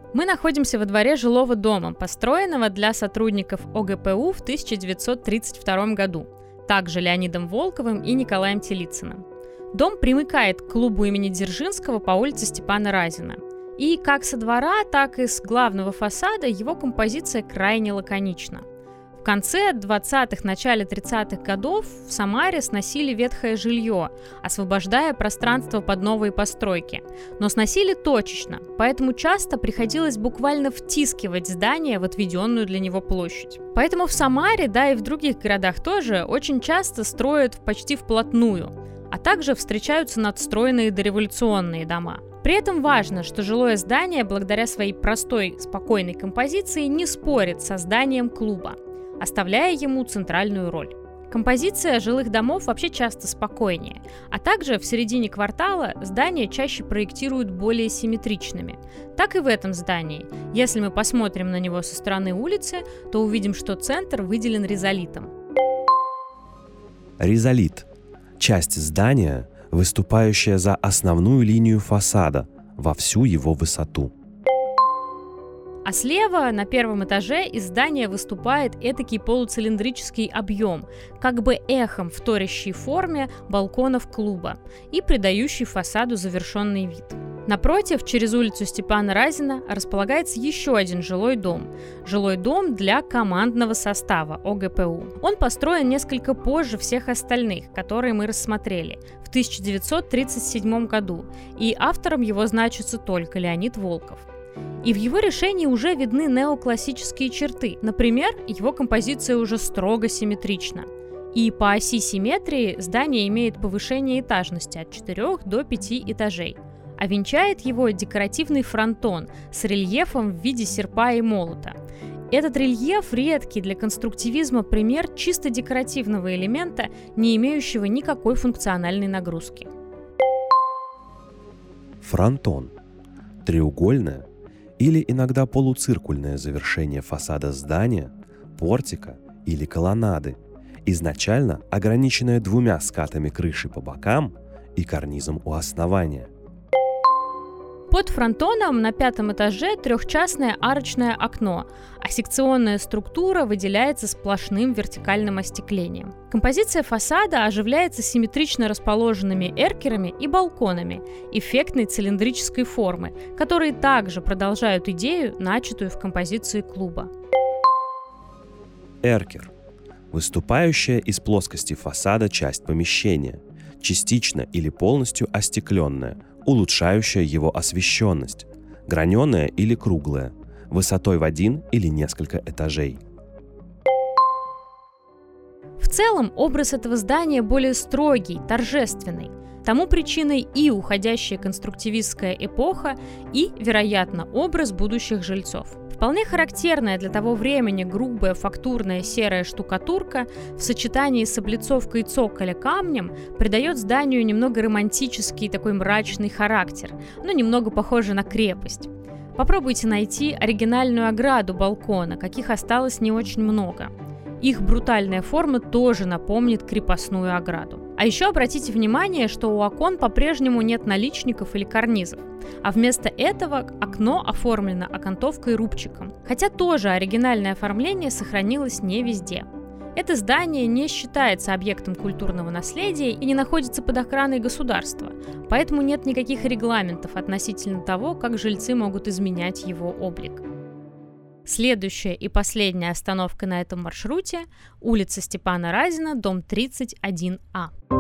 Мы находимся во дворе жилого дома, построенного для сотрудников ОГПУ в 1932 году, также Леонидом Волковым и Николаем Телицыным. Дом примыкает к клубу имени Дзержинского по улице Степана Разина. И как со двора, так и с главного фасада его композиция крайне лаконична. В конце 20-х, начале 30-х годов в Самаре сносили ветхое жилье, освобождая пространство под новые постройки. Но сносили точечно, поэтому часто приходилось буквально втискивать здание в отведенную для него площадь. Поэтому в Самаре, да и в других городах тоже, очень часто строят почти вплотную, а также встречаются надстроенные дореволюционные дома. При этом важно, что жилое здание, благодаря своей простой, спокойной композиции, не спорит со зданием клуба, оставляя ему центральную роль. Композиция жилых домов вообще часто спокойнее, а также в середине квартала здания чаще проектируют более симметричными. Так и в этом здании. Если мы посмотрим на него со стороны улицы, то увидим, что центр выделен ризолитом. Ризолит – часть здания, выступающая за основную линию фасада во всю его высоту. А слева, на первом этаже, из здания выступает этакий полуцилиндрический объем, как бы эхом вторящий форме балконов клуба и придающий фасаду завершенный вид. Напротив, через улицу Степана Разина, располагается еще один жилой дом для командного состава ОГПУ. Он построен несколько позже всех остальных, которые мы рассмотрели, в 1937 году, и автором его значится только Леонид Волков. И в его решении уже видны неоклассические черты. Например, его композиция уже строго симметрична. И по оси симметрии здание имеет повышение этажности от 4 до 5 этажей. А венчает его декоративный фронтон с рельефом в виде серпа и молота. Этот рельеф редкий для конструктивизма пример чисто декоративного элемента, не имеющего никакой функциональной нагрузки. Фронтон – треугольное или иногда полуциркульное завершение фасада здания, портика или колоннады, изначально ограниченное двумя скатами крыши по бокам и карнизом у основания. Под фронтоном на 5-м этаже трехчастное арочное окно, а секционная структура выделяется сплошным вертикальным остеклением. Композиция фасада оживляется симметрично расположенными эркерами и балконами эффектной цилиндрической формы, которые также продолжают идею, начатую в композиции клуба. Эркер – выступающая из плоскости фасада часть помещения, частично или полностью остекленная, улучшающая его освещенность, граненая или круглая, высотой в 1 или несколько этажей. В целом, образ этого здания более строгий, торжественный. Тому причиной и уходящая конструктивистская эпоха, и, вероятно, образ будущих жильцов. Вполне характерная для того времени грубая фактурная серая штукатурка в сочетании с облицовкой цоколя камнем придает зданию немного романтический такой мрачный характер, но немного похоже на крепость. Попробуйте найти оригинальную ограду балкона, каких осталось не очень много. Их брутальная форма тоже напомнит крепостную ограду. А еще обратите внимание, что у окон по-прежнему нет наличников или карнизов, а вместо этого окно оформлено окантовкой-рубчиком, хотя тоже оригинальное оформление сохранилось не везде. Это здание не считается объектом культурного наследия и не находится под охраной государства, поэтому нет никаких регламентов относительно того, как жильцы могут изменять его облик. Следующая и последняя остановка на этом маршруте – улица Степана Разина, дом 31А.